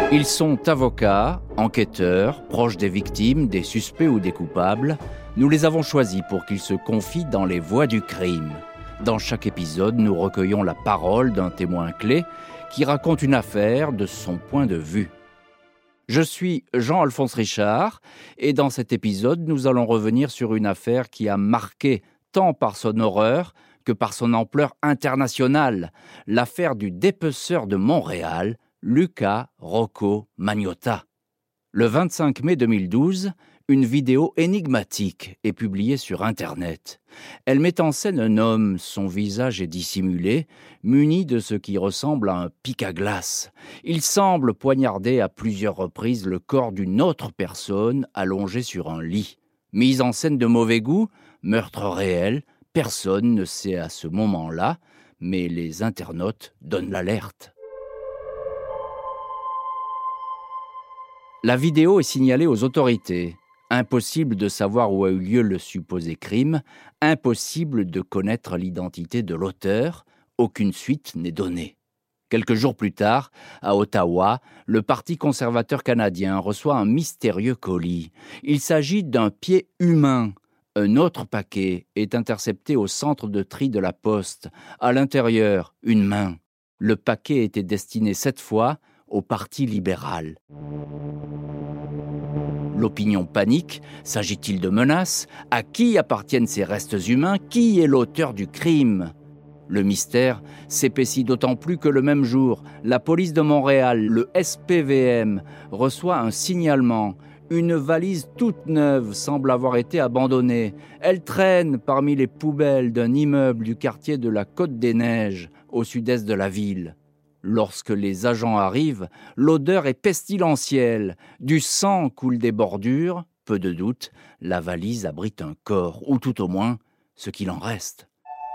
Ils sont avocats, enquêteurs, proches des victimes, des suspects ou des coupables. Nous les avons choisis pour qu'ils se confient dans les voies du crime. Dans chaque épisode, nous recueillons la parole d'un témoin clé qui raconte une affaire de son point de vue. Je suis Jean-Alphonse Richard et dans cet épisode, nous allons revenir sur une affaire qui a marqué tant par son horreur que par son ampleur internationale, l'affaire du dépeceur de Montréal, Luca Rocco Magnotta. Le 25 mai 2012, une vidéo énigmatique est publiée sur Internet. Elle met en scène un homme, son visage est dissimulé, muni de ce qui ressemble à un pic à glace. Il semble poignarder à plusieurs reprises le corps d'une autre personne allongée sur un lit. Mise en scène de mauvais goût, meurtre réel, personne ne sait à ce moment-là, mais les internautes donnent l'alerte. La vidéo est signalée aux autorités. Impossible de savoir où a eu lieu le supposé crime, impossible de connaître l'identité de l'auteur, aucune suite n'est donnée. Quelques jours plus tard, à Ottawa, le Parti conservateur canadien reçoit un mystérieux colis. Il s'agit d'un pied humain. Un autre paquet est intercepté au centre de tri de la poste. À l'intérieur, une main. Le paquet était destiné cette fois au Parti libéral. L'opinion panique. S'agit-il de menaces? À qui appartiennent ces restes humains? Qui est l'auteur du crime? Le mystère s'épaissit d'autant plus que le même jour, la police de Montréal, le SPVM, reçoit un signalement. Une valise toute neuve semble avoir été abandonnée. Elle traîne parmi les poubelles d'un immeuble du quartier de la Côte-des-Neiges, au sud-est de la ville. Lorsque les agents arrivent, l'odeur est pestilentielle. Du sang coule des bordures. Peu de doute, la valise abrite un corps, ou tout au moins, ce qu'il en reste.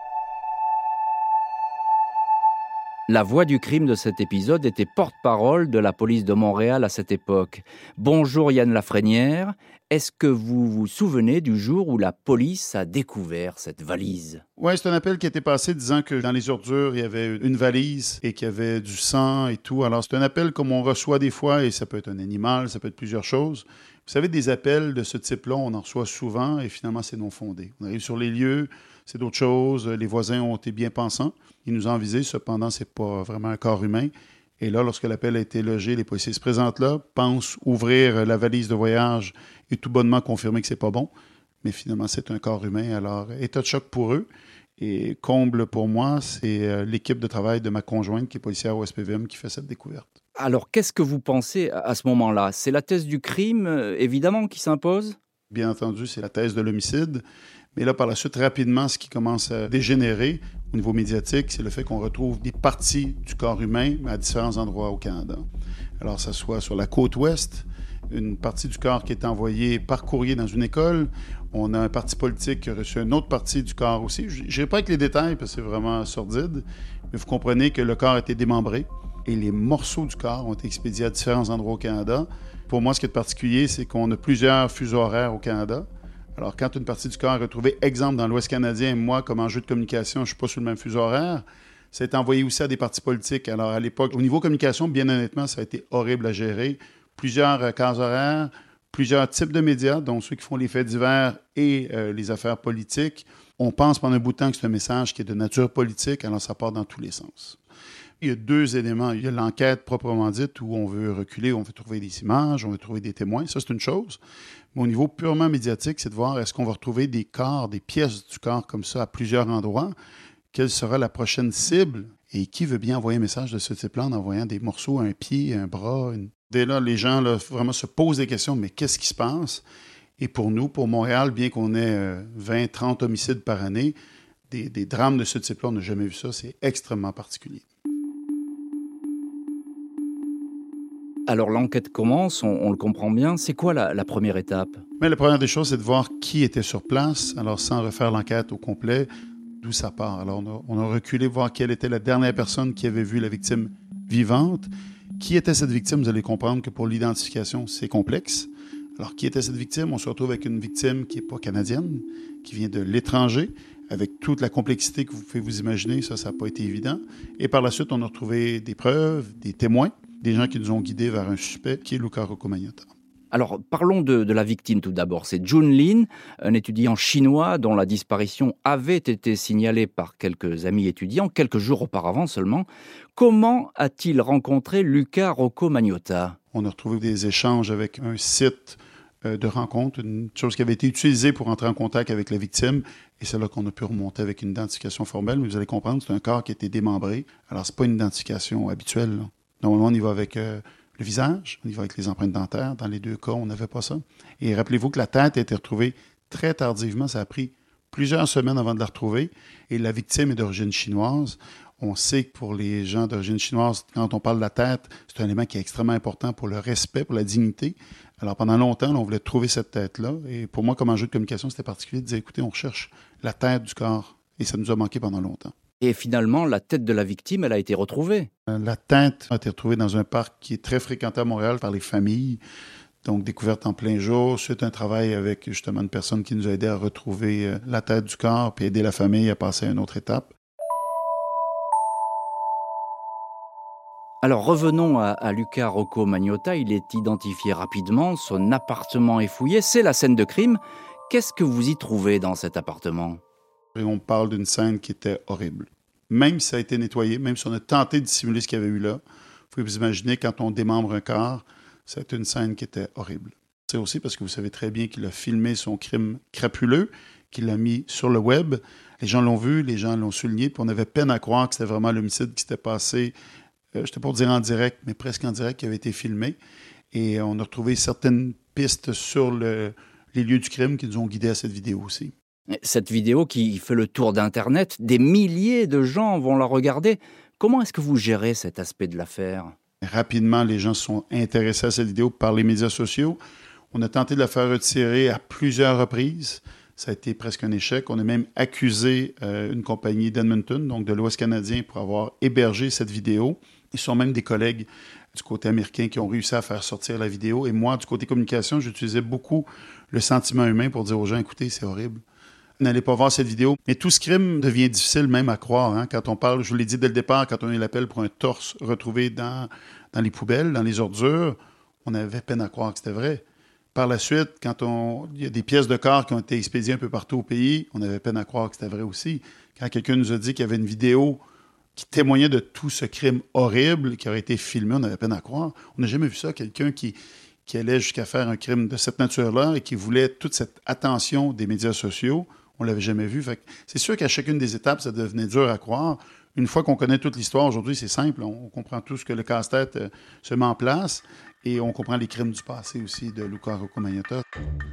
La voix du crime de cet épisode était porte-parole de la police de Montréal à cette époque. Bonjour Yann Lafrenière, est-ce que vous vous souvenez du jour où la police a découvert cette valise? Oui, c'est un appel qui a été passé disant que dans les ordures, il y avait une valise et qu'il y avait du sang et tout. Alors, c'est un appel comme on reçoit des fois, et ça peut être un animal, ça peut être plusieurs choses. Vous savez, des appels de ce type-là, on en reçoit souvent et finalement, c'est non fondé. On arrive sur les lieux, c'est d'autres choses. Les voisins ont été bien pensants. Ils nous ont visés, cependant, c'est pas vraiment un corps humain. Et là, lorsque l'appel a été logé, les policiers se présentent là, pensent ouvrir la valise de voyage et tout bonnement confirmer que c'est pas bon. Mais finalement, c'est un corps humain. Alors, état de choc pour eux. Et comble pour moi, c'est l'équipe de travail de ma conjointe qui est policière au SPVM qui fait cette découverte. Alors, qu'est-ce que vous pensez à ce moment-là? C'est la thèse du crime, évidemment, qui s'impose? Bien entendu, c'est la thèse de l'homicide. Mais là, par la suite, rapidement, ce qui commence à dégénérer au niveau médiatique, c'est le fait qu'on retrouve des parties du corps humain à différents endroits au Canada. Alors, ça soit sur la côte ouest, une partie du corps qui est envoyée par courrier dans une école. On a un parti politique qui a reçu une autre partie du corps aussi. Je n'irai pas avec les détails parce que c'est vraiment sordide, mais vous comprenez que le corps a été démembré et les morceaux du corps ont été expédiés à différents endroits au Canada. Pour moi, ce qui est particulier, c'est qu'on a plusieurs fuseaux horaires au Canada. Alors, quand une partie du corps est retrouvée, exemple, dans l'Ouest canadien, moi, comme enjeu de communication, je ne suis pas sur le même fuseau horaire, ça a été envoyé aussi à des partis politiques. Alors, à l'époque, au niveau communication, bien honnêtement, ça a été horrible à gérer. Plusieurs cases horaires, plusieurs types de médias, dont ceux qui font les faits divers et les affaires politiques. On pense pendant un bout de temps que c'est un message qui est de nature politique, alors ça part dans tous les sens. Il y a deux éléments. Il y a l'enquête proprement dite où on veut reculer, on veut trouver des images, on veut trouver des témoins. Ça, c'est une chose. Mais au niveau purement médiatique, c'est de voir est-ce qu'on va retrouver des corps, des pièces du corps comme ça à plusieurs endroits. Quelle sera la prochaine cible? Et qui veut bien envoyer un message de ce type-là en envoyant des morceaux, un pied, un bras? Dès là, les gens là, vraiment se posent des questions. Mais qu'est-ce qui se passe? Et pour nous, pour Montréal, bien qu'on ait 20-30 homicides par année, des drames de ce type-là, on n'a jamais vu ça. C'est extrêmement particulier. Alors l'enquête commence, on le comprend bien. C'est quoi la première étape? Mais la première des choses, c'est de voir qui était sur place. Alors sans refaire l'enquête au complet, d'où ça part. Alors on a reculé voir quelle était la dernière personne qui avait vu la victime vivante. Qui était cette victime? Vous allez comprendre que pour l'identification, c'est complexe. Alors qui était cette victime? On se retrouve avec une victime qui n'est pas canadienne, qui vient de l'étranger, avec toute la complexité que vous pouvez vous imaginer. Ça n'a pas été évident. Et par la suite, on a retrouvé des preuves, des témoins. des gens qui nous ont guidés vers un suspect qui est Luca Rocco Magnotta. Alors, parlons de la victime tout d'abord. C'est Jun Lin, un étudiant chinois dont la disparition avait été signalée par quelques amis étudiants, quelques jours auparavant seulement. Comment a-t-il rencontré Luca Rocco Magnotta? On a retrouvé des échanges avec un site de rencontre, une chose qui avait été utilisée pour entrer en contact avec la victime. Et c'est là qu'on a pu remonter avec une identification formelle. Mais vous allez comprendre, c'est un corps qui a été démembré. Alors, c'est pas une identification habituelle, là. Normalement, on y va avec le visage, on y va avec les empreintes dentaires. Dans les deux cas, on n'avait pas ça. Et rappelez-vous que la tête a été retrouvée très tardivement. Ça a pris plusieurs semaines avant de la retrouver. Et la victime est d'origine chinoise. On sait que pour les gens d'origine chinoise, quand on parle de la tête, c'est un élément qui est extrêmement important pour le respect, pour la dignité. Alors, pendant longtemps, on voulait trouver cette tête-là. Et pour moi, comme enjeu de communication, c'était particulier de dire, écoutez, on recherche la tête du corps. Et ça nous a manqué pendant longtemps. Et finalement, la tête de la victime, elle a été retrouvée. La tête a été retrouvée dans un parc qui est très fréquenté à Montréal par les familles. Donc, découverte en plein jour, suite à un travail avec justement une personne qui nous a aidé à retrouver la tête du corps puis aider la famille à passer à une autre étape. Alors revenons à Luca Rocco Magnotta. Il est identifié rapidement, son appartement est fouillé, c'est la scène de crime. Qu'est-ce que vous y trouvez dans cet appartement? Et on parle d'une scène qui était horrible. Même si ça a été nettoyé, même si on a tenté de dissimuler ce qu'il y avait eu là, vous pouvez vous imaginer quand on démembre un corps, c'est une scène qui était horrible. C'est aussi parce que vous savez très bien qu'il a filmé son crime crapuleux, qu'il l'a mis sur le web. Les gens l'ont vu, les gens l'ont souligné, puis on avait peine à croire que c'était vraiment l'homicide qui s'était passé, je ne vais pas dire en direct, mais presque en direct, qui avait été filmé. Et on a retrouvé certaines pistes sur les lieux du crime qui nous ont guidés à cette vidéo aussi. Cette vidéo qui fait le tour d'Internet, des milliers de gens vont la regarder. Comment est-ce que vous gérez cet aspect de l'affaire? Rapidement, les gens se sont intéressés à cette vidéo par les médias sociaux. On a tenté de la faire retirer à plusieurs reprises. Ça a été presque un échec. On a même accusé une compagnie d'Edmonton, donc de l'Ouest canadien, pour avoir hébergé cette vidéo. Ils sont même des collègues du côté américain qui ont réussi à faire sortir la vidéo. Et moi, du côté communication, j'utilisais beaucoup le sentiment humain pour dire aux gens, écoutez, c'est horrible. N'allez pas voir cette vidéo. Mais tout ce crime devient difficile même à croire. Hein? Quand on parle, je vous l'ai dit dès le départ, quand on a eu l'appel pour un torse retrouvé dans les poubelles, dans les ordures, on avait peine à croire que c'était vrai. Par la suite, quand il y a des pièces de corps qui ont été expédiées un peu partout au pays, on avait peine à croire que c'était vrai aussi. Quand quelqu'un nous a dit qu'il y avait une vidéo qui témoignait de tout ce crime horrible qui aurait été filmé, on avait peine à croire. On n'a jamais vu ça, quelqu'un qui allait jusqu'à faire un crime de cette nature-là et qui voulait toute cette attention des médias sociaux. On ne l'avait jamais vu. Fait que c'est sûr qu'à chacune des étapes, ça devenait dur à croire. Une fois qu'on connaît toute l'histoire, aujourd'hui, c'est simple. On comprend tout ce que le casse-tête se met en place et on comprend les crimes du passé aussi de Luca Rocco Magnotta.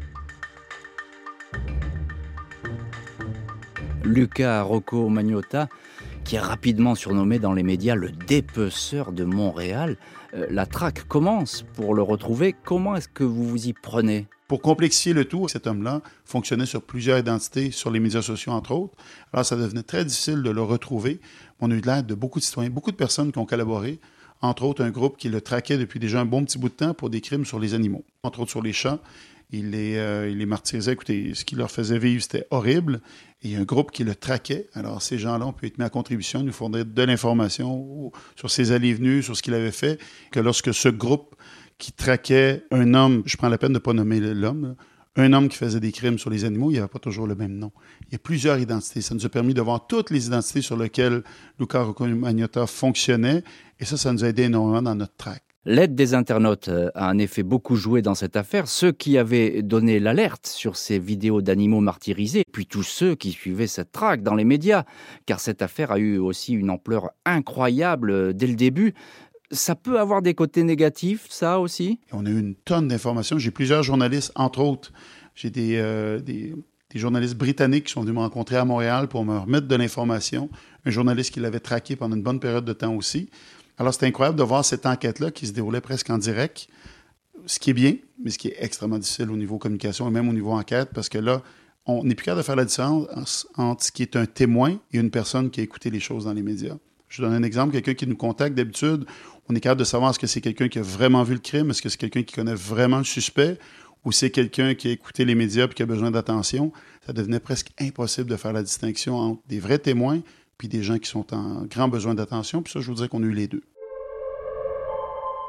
Luca Rocco Magnotta, qui est rapidement surnommé dans les médias le dépeceur de Montréal. La traque commence pour le retrouver. Comment est-ce que vous vous y prenez? Pour complexifier le tout, cet homme-là fonctionnait sur plusieurs identités, sur les médias sociaux, entre autres. Alors, ça devenait très difficile de le retrouver. On a eu l'aide de beaucoup de citoyens, beaucoup de personnes qui ont collaboré, entre autres un groupe qui le traquait depuis déjà un bon petit bout de temps pour des crimes sur les animaux, entre autres sur les chats. Il les martyrisait. Écoutez, ce qu'il leur faisait vivre, c'était horrible. Et il y a un groupe qui le traquait. Alors, ces gens-là ont pu être mis à contribution, nous fournir de l'information sur ses allées et venues, sur ce qu'il avait fait. Que lorsque ce groupe qui traquait un homme, je prends la peine de ne pas nommer l'homme, un homme qui faisait des crimes sur les animaux, il n'y avait pas toujours le même nom. Il y a plusieurs identités. Ça nous a permis de voir toutes les identités sur lesquelles Luca Rocco Magnotta fonctionnait. Et ça nous a aidé énormément dans notre traque. L'aide des internautes a en effet beaucoup joué dans cette affaire. Ceux qui avaient donné l'alerte sur ces vidéos d'animaux martyrisés, puis tous ceux qui suivaient cette traque dans les médias, car cette affaire a eu aussi une ampleur incroyable dès le début. Ça peut avoir des côtés négatifs, ça aussi? On a eu une tonne d'informations. J'ai plusieurs journalistes, entre autres. J'ai des journalistes britanniques qui sont venus me rencontrer à Montréal pour me remettre de l'information. Un journaliste qui l'avait traqué pendant une bonne période de temps aussi. Alors, c'est incroyable de voir cette enquête-là qui se déroulait presque en direct, ce qui est bien, mais ce qui est extrêmement difficile au niveau communication et même au niveau enquête, parce que là, on n'est plus capable de faire la différence entre ce qui est un témoin et une personne qui a écouté les choses dans les médias. Je donne un exemple, quelqu'un qui nous contacte, d'habitude, on est capable de savoir est-ce que c'est quelqu'un qui a vraiment vu le crime, est-ce que c'est quelqu'un qui connaît vraiment le suspect, ou c'est quelqu'un qui a écouté les médias et qui a besoin d'attention. Ça devenait presque impossible de faire la distinction entre des vrais témoins puis des gens qui sont en grand besoin d'attention. Puis ça, je vous dirais qu'on a eu les deux.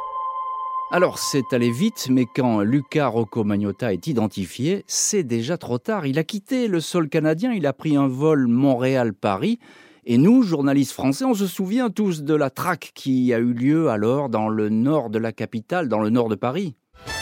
Alors, c'est allé vite, mais quand Luca Rocco Magnotta est identifié, c'est déjà trop tard. Il a quitté le sol canadien, il a pris un vol Montréal-Paris. Et nous, journalistes français, on se souvient tous de la traque qui a eu lieu alors dans le nord de la capitale, dans le nord de Paris.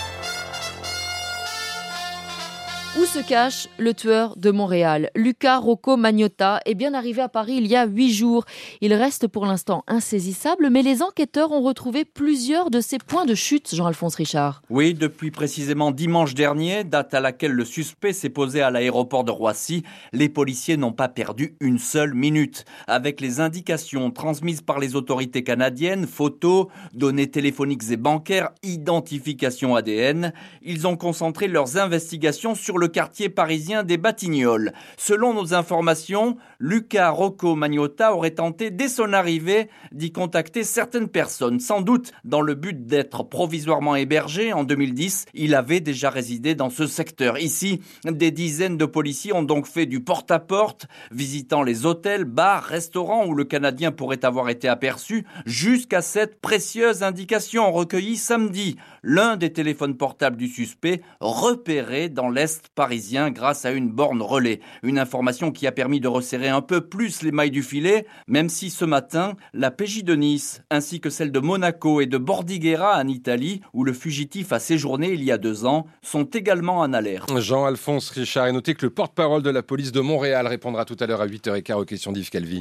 Où se cache le tueur de Montréal? Luca Rocco Magnotta est bien arrivé à Paris il y a 8 jours. Il reste pour l'instant insaisissable, mais les enquêteurs ont retrouvé plusieurs de ses points de chute, Jean-Alphonse Richard. Oui, depuis précisément dimanche dernier, date à laquelle le suspect s'est posé à l'aéroport de Roissy, les policiers n'ont pas perdu une seule minute. Avec les indications transmises par les autorités canadiennes, photos, données téléphoniques et bancaires, identification ADN, ils ont concentré leurs investigations sur le quartier parisien des Batignolles. Selon nos informations, Luca Rocco Magnotta aurait tenté dès son arrivée d'y contacter certaines personnes, sans doute dans le but d'être provisoirement hébergé. En 2010, il avait déjà résidé dans ce secteur. Ici, des dizaines de policiers ont donc fait du porte-à-porte, visitant les hôtels, bars, restaurants où le Canadien pourrait avoir été aperçu, jusqu'à cette précieuse indication recueillie samedi. L'un des téléphones portables du suspect repéré dans l'Est parisien grâce à une borne relais. Une information qui a permis de resserrer un peu plus les mailles du filet, même si ce matin, la PJ de Nice, ainsi que celle de Monaco et de Bordighera en Italie, où le fugitif a séjourné il y a 2 ans, sont également en alerte. Jean-Alphonse Richard, et notez que le porte-parole de la police de Montréal répondra tout à l'heure à 8h15 aux questions d'Yves Calvi.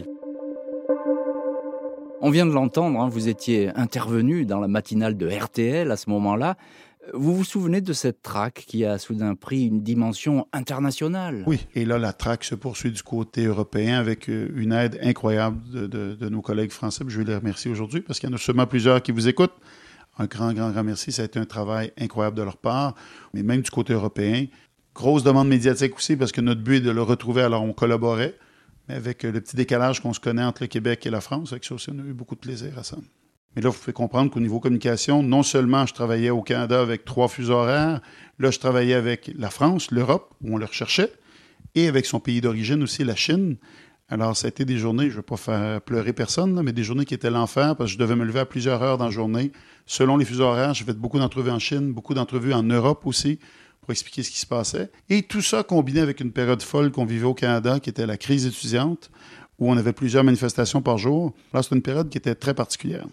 On vient de l'entendre, vous étiez intervenu dans la matinale de RTL à ce moment-là. Vous vous souvenez de cette traque qui a soudain pris une dimension internationale? Oui, et là, la traque se poursuit du côté européen avec une aide incroyable de nos collègues français. Je vais les remercier aujourd'hui parce qu'il y en a sûrement plusieurs qui vous écoutent. Un grand merci. Ça a été un travail incroyable de leur part, mais même du côté européen. Grosse demande médiatique aussi parce que notre but est de le retrouver, alors on collaborait, mais avec le petit décalage qu'on se connaît entre le Québec et la France, avec ça aussi, on a eu beaucoup de plaisir à ça. Mais là, vous pouvez comprendre qu'au niveau communication, non seulement je travaillais au Canada avec 3 fuseaux horaires, là, je travaillais avec la France, l'Europe, où on le recherchait, et avec son pays d'origine aussi, la Chine. Alors, ça a été des journées, je ne veux pas faire pleurer personne, là, mais des journées qui étaient l'enfer, parce que je devais me lever à plusieurs heures dans la journée. Selon les fuseaux horaires, j'ai fait beaucoup d'entrevues en Chine, beaucoup d'entrevues en Europe aussi, pour expliquer ce qui se passait. Et tout ça combiné avec une période folle qu'on vivait au Canada, qui était la crise étudiante, où on avait plusieurs manifestations par jour. Là, c'était une période qui était très particulière.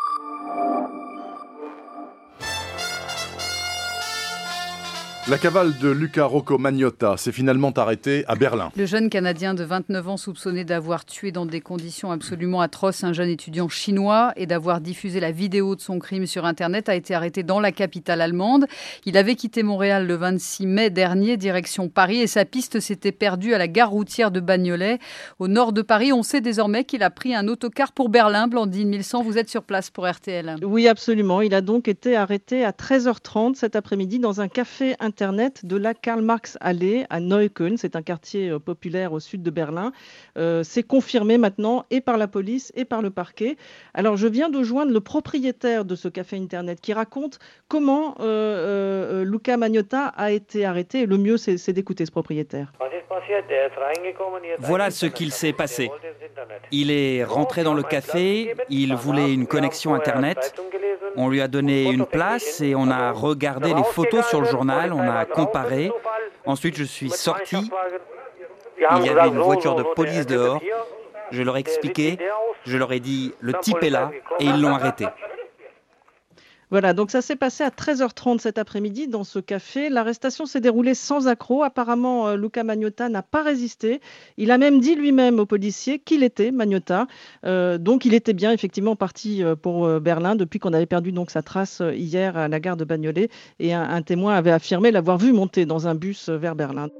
La cavale de Luca Rocco Magnotta s'est finalement arrêtée à Berlin. Le jeune Canadien de 29 ans soupçonné d'avoir tué dans des conditions absolument atroces un jeune étudiant chinois et d'avoir diffusé la vidéo de son crime sur Internet a été arrêté dans la capitale allemande. Il avait quitté Montréal le 26 mai dernier, direction Paris, et sa piste s'était perdue à la gare routière de Bagnolet. Au nord de Paris, on sait désormais qu'il a pris un autocar pour Berlin. Blandine Milsan, vous êtes sur place pour RTL. Oui, absolument. Il a donc été arrêté à 13h30 cet après-midi dans un café Internet de la Karl-Marx-Allee à Neukölln. C'est un quartier populaire au sud de Berlin. C'est confirmé maintenant et par la police et par le parquet. Alors, je viens de joindre le propriétaire de ce café Internet qui raconte comment Luca Magnotta a été arrêté. Et le mieux, c'est d'écouter ce propriétaire. Voilà ce qu'il s'est passé. Il est rentré dans le café, il voulait une connexion Internet. On lui a donné une place et on a regardé les photos sur le journal, on a comparé. Ensuite, je suis sorti. Il y avait une voiture de police dehors. Je leur ai expliqué, je leur ai dit « le type est là » et ils l'ont arrêté. Voilà, donc ça s'est passé à 13h30 cet après-midi dans ce café. L'arrestation s'est déroulée sans accroc. Apparemment, Luca Magnotta n'a pas résisté. Il a même dit lui-même aux policiers qu'il était Magnotta. Donc il était bien effectivement parti pour Berlin depuis qu'on avait perdu donc sa trace hier à la gare de Bagnolet. Et un témoin avait affirmé l'avoir vu monter dans un bus vers Berlin.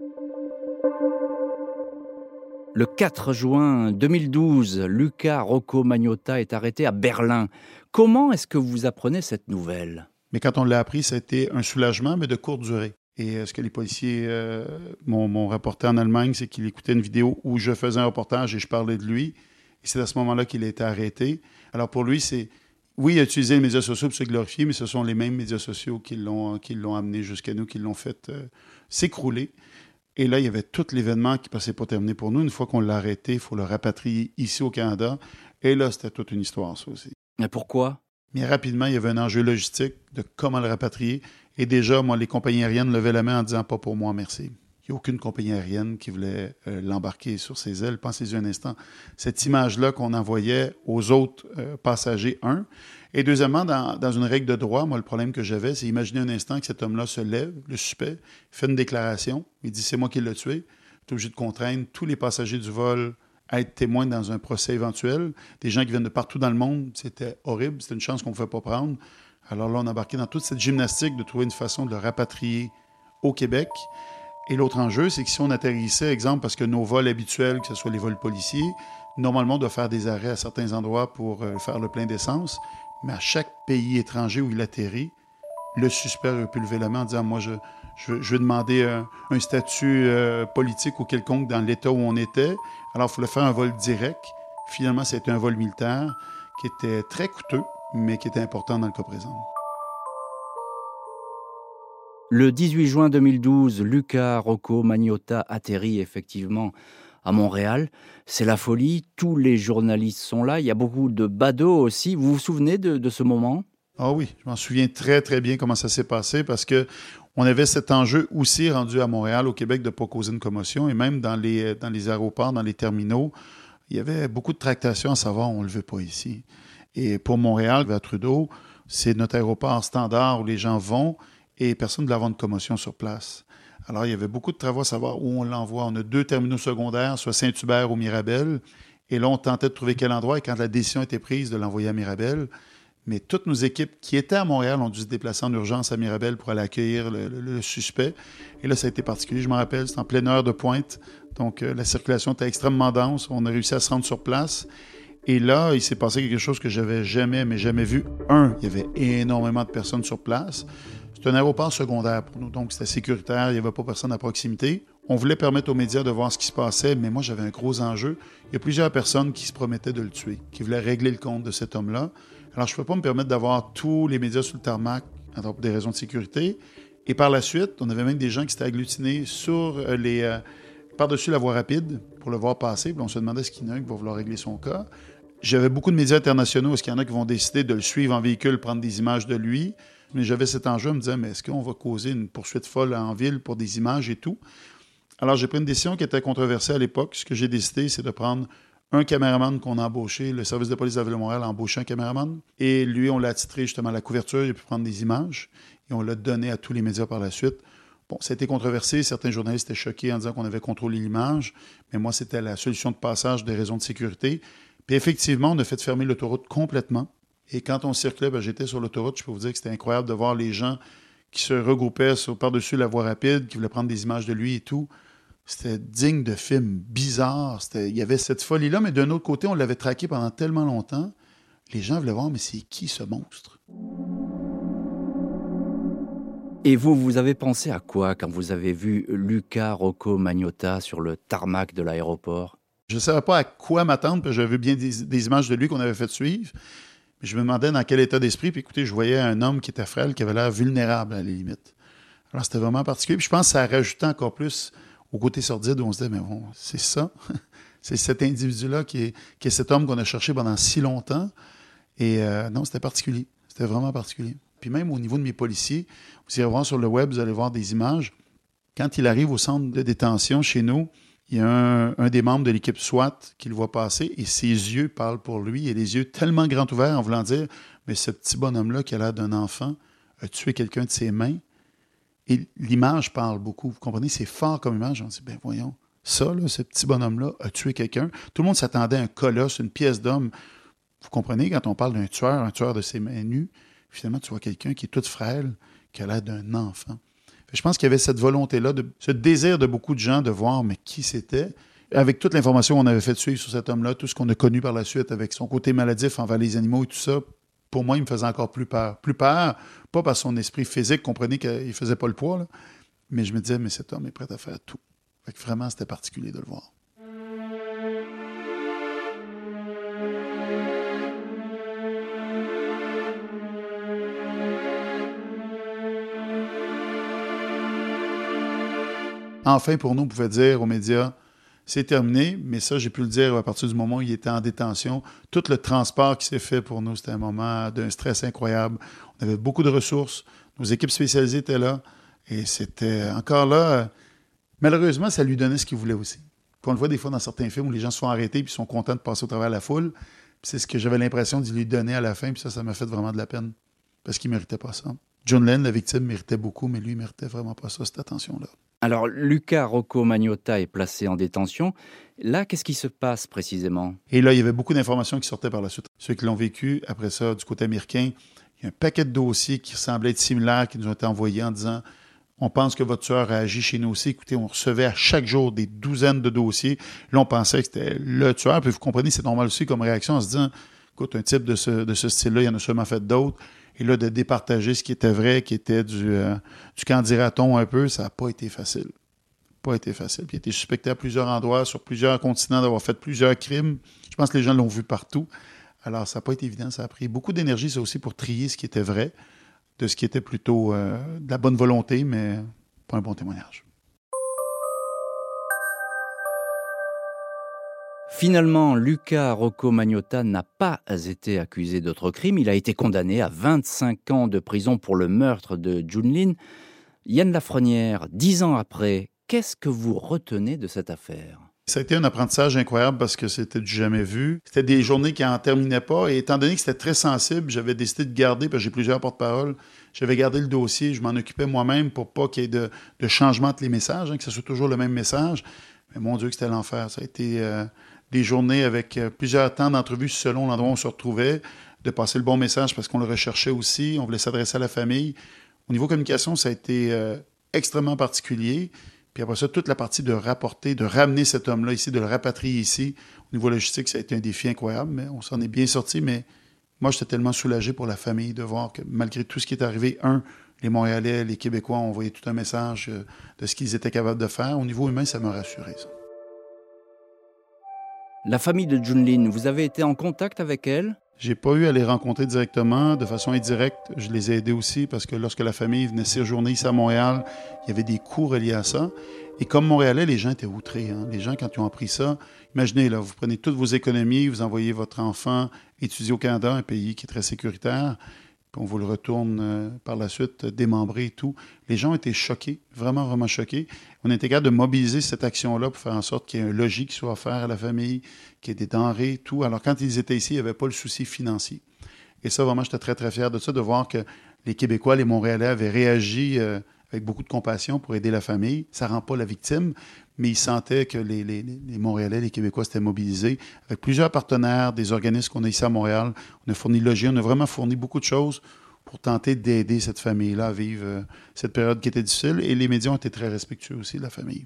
Le 4 juin 2012, Luca Rocco Magnotta est arrêté à Berlin. Comment est-ce que vous apprenez cette nouvelle? Mais quand on l'a appris, ça a été un soulagement, mais de courte durée. Et ce que les policiers m'ont rapporté en Allemagne, c'est qu'il écoutait une vidéo où je faisais un reportage et je parlais de lui. Et c'est à ce moment-là qu'il a été arrêté. Alors pour lui, oui, il a utilisé les médias sociaux pour se glorifier, mais ce sont les mêmes médias sociaux qui l'ont amené jusqu'à nous, qui l'ont fait s'écrouler. Et là, il y avait tout l'événement qui ne passait pas terminé pour nous. Une fois qu'on l'a arrêté, il faut le rapatrier ici au Canada. Et là, c'était toute une histoire, ça aussi. Mais pourquoi? Mais rapidement, il y avait un enjeu logistique de comment le rapatrier. Et déjà, moi, les compagnies aériennes levaient la main en disant « pas pour moi, merci ». Il n'y a aucune compagnie aérienne qui voulait l'embarquer sur ses ailes. Pensez-y un instant. Cette image-là qu'on envoyait aux autres passagers, un. Et deuxièmement, dans une règle de droit, moi, le problème que j'avais, c'est imaginer un instant que cet homme-là se lève, le suspect, fait une déclaration, il dit « c'est moi qui l'ai tué ». Tu es obligé de contraindre tous les passagers du vol à être témoins dans un procès éventuel. Des gens qui viennent de partout dans le monde, c'était horrible, c'était une chance qu'on ne pouvait pas prendre. Alors là, on a embarqué dans toute cette gymnastique de trouver une façon de le rapatrier au Québec. Et l'autre enjeu, c'est que si on atterrissait, exemple, parce que nos vols habituels, que ce soit les vols policiers, normalement, on doit faire des arrêts à certains endroits pour faire le plein d'essence, mais à chaque pays étranger où il atterrit, le suspect aurait pu lever la main en disant « moi, je veux demander un statut politique ou quelconque dans l'État où on était ». Alors, il fallait faire un vol direct. Finalement, c'était un vol militaire qui était très coûteux, mais qui était important dans le cas présent. Le 18 juin 2012, Luca Rocco Magnotta atterrit effectivement à Montréal. C'est la folie, tous les journalistes sont là, il y a beaucoup de badauds aussi. Vous vous souvenez de ce moment? Ah oui, je m'en souviens très, très bien comment ça s'est passé parce qu'on avait cet enjeu aussi rendu à Montréal, au Québec, de ne pas causer une commotion. Et même dans les aéroports, dans les terminaux, il y avait beaucoup de tractations à savoir on ne le veut pas ici. Et pour Montréal, vers Trudeau, c'est notre aéroport standard où les gens vont et personne ne voulait avoir de commotion sur place. Alors, il y avait beaucoup de travaux à savoir où on l'envoie. On a 2 terminaux secondaires, soit Saint-Hubert ou Mirabel. Et là, on tentait de trouver quel endroit. Et quand la décision a été prise de l'envoyer à Mirabel, mais toutes nos équipes qui étaient à Montréal ont dû se déplacer en urgence à Mirabel pour aller accueillir le suspect. Et là, ça a été particulier. Je me rappelle, c'était en pleine heure de pointe. Donc, la circulation était extrêmement dense. On a réussi à se rendre sur place. Et là, il s'est passé quelque chose que j'avais jamais vu. Il y avait énormément de personnes sur place. C'est un aéroport secondaire pour nous, donc c'était sécuritaire, il n'y avait pas personne à proximité. On voulait permettre aux médias de voir ce qui se passait, mais moi, j'avais un gros enjeu. Il y a plusieurs personnes qui se promettaient de le tuer, qui voulaient régler le compte de cet homme-là. Alors, je ne peux pas me permettre d'avoir tous les médias sur le tarmac pour des raisons de sécurité. Et par la suite, on avait même des gens qui s'étaient agglutinés sur par-dessus la voie rapide pour le voir passer. Puis on se demandait est-ce qu'il y en a un qui va vouloir régler son cas. J'avais beaucoup de médias internationaux. Est-ce qu'il y en a qui vont décider de le suivre en véhicule, prendre des images de lui? Mais j'avais cet enjeu, je me disais, mais est-ce qu'on va causer une poursuite folle en ville pour des images et tout? Alors, j'ai pris une décision qui était controversée à l'époque. Ce que j'ai décidé, c'est de prendre un caméraman qu'on a embauché. Le service de police de la Ville-de-Montréal a embauché un caméraman. Et lui, on l'a attitré justement à la couverture. Il a pu prendre des images. Et on l'a donné à tous les médias par la suite. Bon, ça a été controversé. Certains journalistes étaient choqués en disant qu'on avait contrôlé l'image. Mais moi, c'était la solution de passage des raisons de sécurité. Puis effectivement, on a fait fermer l'autoroute complètement. Et quand on circulait, j'étais sur l'autoroute, je peux vous dire que c'était incroyable de voir les gens qui se regroupaient par-dessus la voie rapide, qui voulaient prendre des images de lui et tout. C'était digne de film bizarre. Il y avait cette folie-là, mais d'un autre côté, on l'avait traqué pendant tellement longtemps. Les gens voulaient voir, mais c'est qui ce monstre? Et vous avez pensé à quoi quand vous avez vu Luca Rocco Magnotta sur le tarmac de l'aéroport? Je ne savais pas à quoi m'attendre, parce que j'avais vu bien des images de lui qu'on avait fait suivre. Mais je me demandais dans quel état d'esprit. Puis écoutez, je voyais un homme qui était frêle, qui avait l'air vulnérable à la limite. Alors c'était vraiment particulier. Puis je pense que ça rajoutait encore plus au côté sordide où on se disait, mais bon, c'est ça. C'est cet individu-là qui est cet homme qu'on a cherché pendant si longtemps. Et non, c'était particulier. C'était vraiment particulier. Puis même au niveau de mes policiers, vous irez voir sur le web, vous allez voir des images. Quand il arrive au centre de détention chez nous, il y a un des membres de l'équipe SWAT qui le voit passer et ses yeux parlent pour lui. Et les yeux tellement grands ouverts en voulant dire « Mais ce petit bonhomme-là qui a l'air d'un enfant a tué quelqu'un de ses mains. » Et l'image parle beaucoup. Vous comprenez? C'est fort comme image. On dit « Ben voyons, ça, là, ce petit bonhomme-là a tué quelqu'un. » Tout le monde s'attendait à un colosse, une pièce d'homme. Vous comprenez? Quand on parle d'un tueur, un tueur de ses mains nues, finalement, tu vois quelqu'un qui est toute frêle, qui a l'air d'un enfant. Je pense qu'il y avait cette volonté-là, ce désir de beaucoup de gens de voir, mais qui c'était. Avec toute l'information qu'on avait fait suivre sur cet homme-là, tout ce qu'on a connu par la suite avec son côté maladif envers les animaux et tout ça, pour moi, il me faisait encore plus peur. Plus peur, pas par son esprit physique, comprenez qu'il ne faisait pas le poids, là, mais je me disais, mais cet homme est prêt à faire tout. Fait que vraiment, c'était particulier de le voir. Enfin, pour nous, on pouvait dire aux médias, C'est terminé, mais ça, j'ai pu le dire à partir du moment où il était en détention. Tout le transport qui s'est fait pour nous, c'était un moment d'un stress incroyable. On avait beaucoup de ressources. Nos équipes spécialisées étaient là. Et c'était encore là. Malheureusement, ça lui donnait ce qu'il voulait aussi. Puis on le voit des fois dans certains films où les gens se font arrêter et sont contents de passer au travers de la foule. Puis c'est ce que j'avais l'impression de lui donner à la fin. Puis ça m'a fait vraiment de la peine. Parce qu'il ne méritait pas ça. John Lennon, la victime, méritait beaucoup, mais lui, il ne méritait vraiment pas ça, cette attention-là. Alors, Luca Rocco Magnotta est placé en détention. Là, qu'est-ce qui se passe précisément? Et là, il y avait beaucoup d'informations qui sortaient par la suite. Ceux qui l'ont vécu, après ça, du côté américain, il y a un paquet de dossiers qui semblaient être similaires, qui nous ont été envoyés en disant « On pense que votre tueur a agi chez nous aussi. » Écoutez, on recevait à chaque jour des douzaines de dossiers. Là, on pensait que c'était le tueur. Puis vous comprenez, c'est normal aussi comme réaction en se disant « Écoute, un type de ce style-là, il y en a sûrement fait d'autres. » Et là, de départager ce qui était vrai, qui était du qu'en dira-t-on un peu, ça n'a pas été facile. Pas été facile. Puis il a été suspecté à plusieurs endroits, sur plusieurs continents, d'avoir fait plusieurs crimes. Je pense que les gens l'ont vu partout. Alors, ça n'a pas été évident. Ça a pris beaucoup d'énergie, ça aussi, pour trier ce qui était vrai, de ce qui était plutôt de la bonne volonté, mais pas un bon témoignage. Finalement, Luca Rocco Magnotta n'a pas été accusé d'autres crimes. Il a été condamné à 25 ans de prison pour le meurtre de Junlin. Yann Lafrenière, 10 ans après, qu'est-ce que vous retenez de cette affaire? Ça a été un apprentissage incroyable parce que c'était du jamais vu. C'était des journées qui n'en terminaient pas. Et étant donné que c'était très sensible, j'avais décidé de garder, parce que j'ai plusieurs porte-paroles, j'avais gardé le dossier, je m'en occupais moi-même pour pas qu'il y ait de changement entre les messages, que ce soit toujours le même message. Mais mon Dieu, que c'était l'enfer. Ça a été des journées avec plusieurs temps d'entrevue selon l'endroit où on se retrouvait, de passer le bon message parce qu'on le recherchait aussi, on voulait s'adresser à la famille. Au niveau communication, ça a été extrêmement particulier. Puis après ça, toute la partie de rapporter, de ramener cet homme-là ici, de le rapatrier ici, au niveau logistique, ça a été un défi incroyable, mais on s'en est bien sorti. Mais moi, j'étais tellement soulagé pour la famille de voir que malgré tout ce qui est arrivé, les Montréalais, les Québécois ont envoyé tout un message de ce qu'ils étaient capables de faire. Au niveau humain, ça m'a rassuré, ça. La famille de Junlin, vous avez été en contact avec elle? J'ai pas eu à les rencontrer directement, de façon indirecte. Je les ai aidés aussi parce que lorsque la famille venait séjourner ici à Montréal, il y avait des coûts reliés à ça. Et comme Montréalais, les gens étaient outrés. Les gens, quand ils ont appris ça, imaginez, là, vous prenez toutes vos économies, vous envoyez votre enfant étudier au Canada, un pays qui est très sécuritaire, puis on vous le retourne par la suite démembré et tout. Les gens étaient choqués, vraiment, vraiment choqués. On était capable de mobiliser cette action-là pour faire en sorte qu'il y ait un logis qui soit offert à la famille, qu'il y ait des denrées, tout. Alors, quand ils étaient ici, il n'y avait pas le souci financier. Et ça, vraiment, j'étais très, très fier de ça, de voir que les Québécois, les Montréalais avaient réagi avec beaucoup de compassion pour aider la famille. Ça ne rend pas la victime, mais ils sentaient que les Montréalais, les Québécois s'étaient mobilisés avec plusieurs partenaires, des organismes qu'on a ici à Montréal. On a fourni le logis, on a vraiment fourni beaucoup de choses pour tenter d'aider cette famille-là à vivre cette période qui était difficile. Et les médias ont été très respectueux aussi de la famille.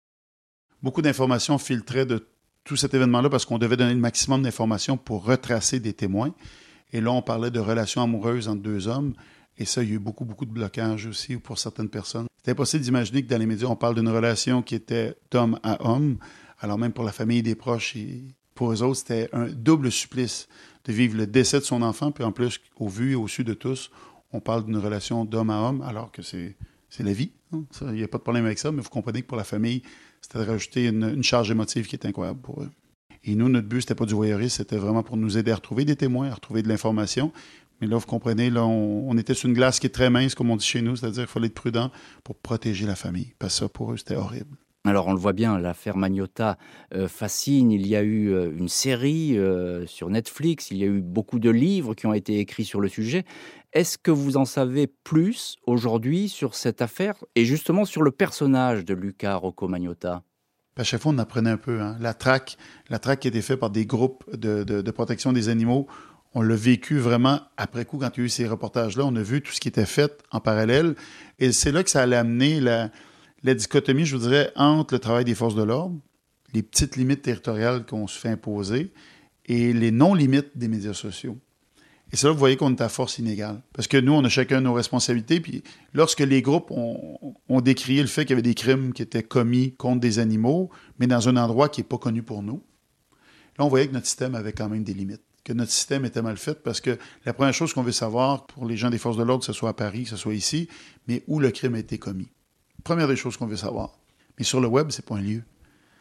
Beaucoup d'informations filtraient de tout cet événement-là parce qu'on devait donner le maximum d'informations pour retracer des témoins. Et là, on parlait de relations amoureuses entre deux hommes. Et ça, il y a eu beaucoup, beaucoup de blocages aussi pour certaines personnes. C'est impossible d'imaginer que dans les médias, on parle d'une relation qui était d'homme à homme. Alors même pour la famille et des proches, pour eux autres, c'était un double supplice de vivre le décès de son enfant. Puis en plus, au vu et au su de tous, on parle d'une relation d'homme à homme, alors que c'est la vie. Il n'y a pas de problème avec ça, mais vous comprenez que pour la famille, c'était de rajouter une charge émotive qui est incroyable pour eux. Et nous, notre but, c'était pas du voyeurisme, c'était vraiment pour nous aider à retrouver des témoins, à retrouver de l'information. Mais là, vous comprenez, là, on était sur une glace qui est très mince, comme on dit chez nous, c'est-à-dire qu'il fallait être prudent pour protéger la famille. Parce que ça, pour eux, c'était horrible. Alors, on le voit bien, l'affaire Magnotta fascine. Il y a eu une série sur Netflix, il y a eu beaucoup de livres qui ont été écrits sur le sujet. Est-ce que vous en savez plus aujourd'hui sur cette affaire et justement sur le personnage de Luca Rocco Magnotta? À chaque fois, on apprenait un peu. La traque qui était faite par des groupes de protection des animaux, on l'a vécu vraiment après coup quand il y a eu ces reportages-là. On a vu tout ce qui était fait en parallèle. Et c'est là que ça allait amener la dichotomie, je vous dirais, entre le travail des forces de l'ordre, les petites limites territoriales qu'on se fait imposer et les non-limites des médias sociaux. Et c'est là que vous voyez qu'on est à force inégale. Parce que nous, on a chacun nos responsabilités. Puis lorsque les groupes ont décrié le fait qu'il y avait des crimes qui étaient commis contre des animaux, mais dans un endroit qui n'est pas connu pour nous, là, on voyait que notre système avait quand même des limites, que notre système était mal fait, parce que la première chose qu'on veut savoir pour les gens des forces de l'ordre, que ce soit à Paris, que ce soit ici, mais où le crime a été commis. Première des choses qu'on veut savoir. Mais sur le web, c'est pas un lieu.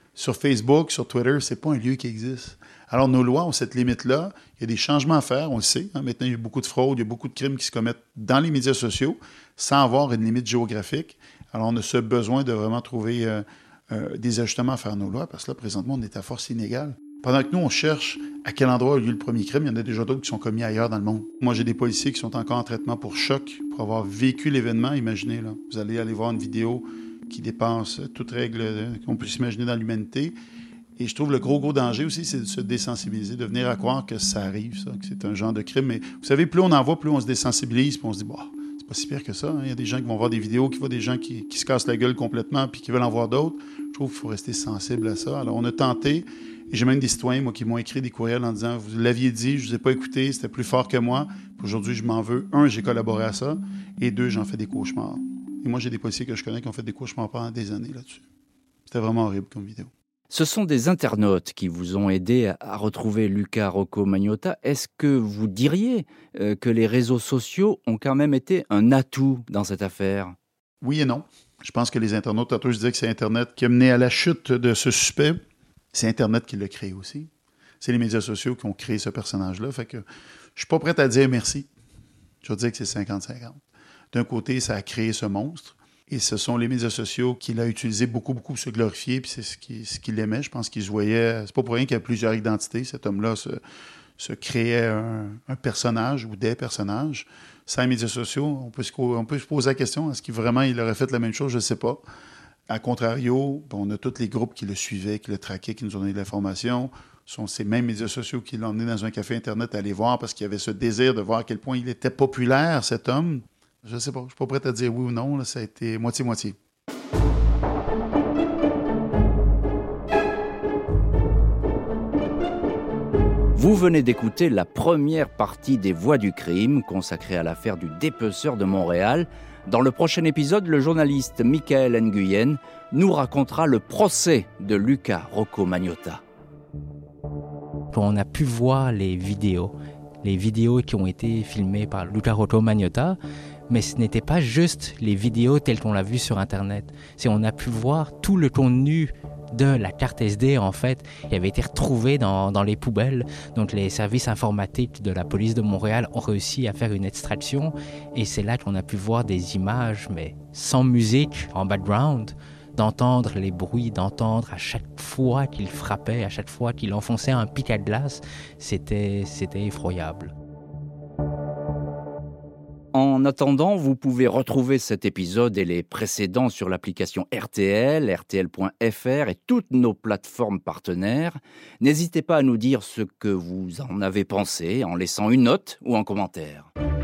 Sur Facebook, sur Twitter, c'est pas un lieu qui existe. Alors, nos lois ont cette limite-là. Il y a des changements à faire, on le sait. Maintenant, il y a beaucoup de fraudes, il y a beaucoup de crimes qui se commettent dans les médias sociaux sans avoir une limite géographique. Alors, on a ce besoin de vraiment trouver des ajustements à faire nos lois, parce que là, présentement, on est à force inégale. Pendant que nous, on cherche à quel endroit a eu lieu le premier crime, il y en a déjà d'autres qui sont commis ailleurs dans le monde. Moi, j'ai des policiers qui sont encore en traitement pour choc, pour avoir vécu l'événement. Imaginez, là, vous allez aller voir une vidéo qui dépasse toute règle qu'on peut s'imaginer dans l'humanité. Et je trouve le gros danger aussi, c'est de se désensibiliser, de venir à croire que ça arrive, ça, que c'est un genre de crime. Mais vous savez, plus on en voit, plus on se désensibilise, puis on se dit, bah, c'est pas si pire que ça. Hein. Il y a des gens qui vont voir des vidéos, qui voient des gens qui se cassent la gueule complètement, puis qui veulent en voir d'autres. Je trouve qu'il faut rester sensible à ça. Alors, on a tenté, et j'ai même des citoyens, moi, qui m'ont écrit des courriels en disant, vous l'aviez dit, je vous ai pas écouté, c'était plus fort que moi. Puis aujourd'hui, je m'en veux. 1, j'ai collaboré à ça, et 2, j'en fais des cauchemars. Et moi, j'ai des policiers que je connais qui ont fait des cauchemars pendant des années là-dessus. C'était vraiment horrible comme vidéo. Ce sont des internautes qui vous ont aidé à retrouver Luca Rocco Magnotta. Est-ce que vous diriez que les réseaux sociaux ont quand même été un atout dans cette affaire? Oui et non. Je pense que les internautes, tantôt je disais que c'est Internet qui a mené à la chute de ce suspect. C'est Internet qui l'a créé aussi. C'est les médias sociaux qui ont créé ce personnage-là. Fait que je suis pas prêt à dire merci. Je veux dire que c'est 50-50. D'un côté, ça a créé ce monstre. Et ce sont les médias sociaux qu'il a utilisé beaucoup pour se glorifier, puis c'est ce qu'il aimait. Je pense qu'il se voyait... C'est pas pour rien qu'il y a plusieurs identités. Cet homme-là se créait un personnage ou des personnages. Sans les médias sociaux, on peut se poser la question, est-ce qu'il vraiment il aurait fait la même chose? Je ne sais pas. À contrario, on a tous les groupes qui le suivaient, qui le traquaient, qui nous ont donné de l'information. Ce sont ces mêmes médias sociaux qui l'ont emmené dans un café Internet à aller voir parce qu'il y avait ce désir de voir à quel point il était populaire, cet homme. Je ne sais pas, je ne suis pas prêt à dire oui ou non, là, ça a été moitié-moitié. Vous venez d'écouter la première partie des Voix du crime consacrée à l'affaire du dépeceur de Montréal. Dans le prochain épisode, le journaliste Michael Nguyen nous racontera le procès de Luca Rocco Magnotta. On a pu voir les vidéos qui ont été filmées par Luca Rocco Magnotta, mais ce n'était pas juste les vidéos telles qu'on l'a vu sur Internet. On a pu voir tout le contenu de la carte SD, en fait, qui avait été retrouvé dans les poubelles. Donc les services informatiques de la police de Montréal ont réussi à faire une extraction, et c'est là qu'on a pu voir des images, mais sans musique en background, d'entendre les bruits, d'entendre à chaque fois qu'il frappait, à chaque fois qu'il enfonçait un pic à glace. C'était effroyable. En attendant, vous pouvez retrouver cet épisode et les précédents sur l'application RTL, rtl.fr et toutes nos plateformes partenaires. N'hésitez pas à nous dire ce que vous en avez pensé en laissant une note ou un commentaire.